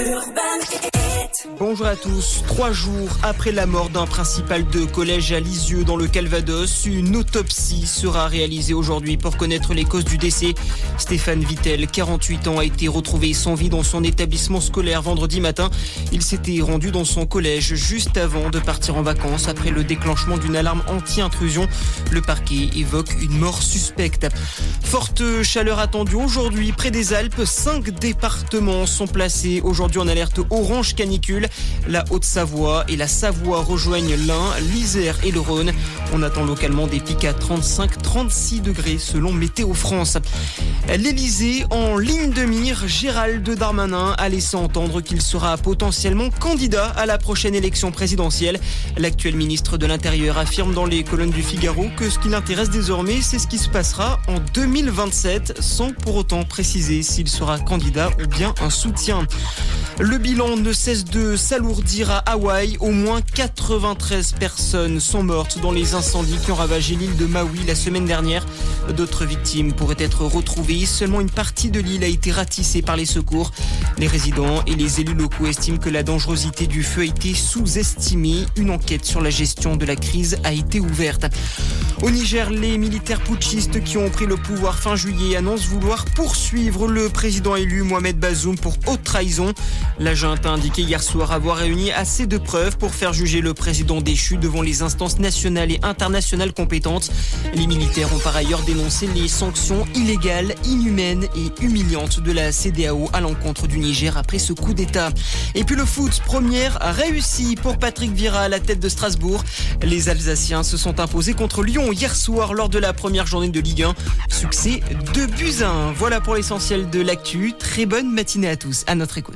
Bonjour à tous. 3 jours après la mort d'un principal de collège à Lisieux dans le Calvados, une autopsie sera réalisée aujourd'hui pour connaître les causes du décès. Stéphane Vittel, 48 ans, a été retrouvé sans vie dans son établissement scolaire vendredi matin. Il s'était rendu dans son collège juste avant de partir en vacances après le déclenchement d'une alarme anti-intrusion. Le parquet évoque une mort suspecte. Forte chaleur attendue aujourd'hui près des Alpes. 5 départements sont placés aujourd'hui en alerte orange canicule. La Haute-Savoie et la Savoie rejoignent l'Ain, l'Isère et le Rhône. On attend localement des pics à 35-36 degrés selon Météo France. L'Élysée en ligne de mire. Gérald Darmanin a laissé entendre qu'il sera potentiellement candidat à la prochaine élection présidentielle. L'actuel ministre de l'Intérieur affirme dans les colonnes du Figaro que ce qui l'intéresse désormais, c'est ce qui se passera en 2027, sans pour autant préciser s'il sera candidat ou bien un soutien. Le bilan ne cesse de s'alourdir à Hawaï. Au moins 93 personnes sont mortes dans les incendies qui ont ravagé l'île de Maui la semaine dernière. D'autres victimes pourraient être retrouvées. Seulement une partie de l'île a été ratissée par les secours. Les résidents et les élus locaux estiment que la dangerosité du feu a été sous-estimée. Une enquête sur la gestion de la crise a été ouverte. Au Niger, les militaires putschistes qui ont pris le pouvoir fin juillet annoncent vouloir poursuivre le président élu Mohamed Bazoum pour haute trahison. La junte a indiqué hier soir avoir réuni assez de preuves pour faire juger le président déchu devant les instances nationales et internationales compétentes. Les militaires ont par ailleurs dénoncé les sanctions illégales, inhumaines et humiliantes de la CEDEAO à l'encontre du Niger après ce coup d'État. Et puis le foot, première réussie pour Patrick Vieira à la tête de Strasbourg. Les Alsaciens se sont imposés contre Lyon hier soir lors de la première journée de Ligue 1. Succès 2-1. Voilà pour l'essentiel de l'actu. Très bonne matinée à tous. À notre écoute.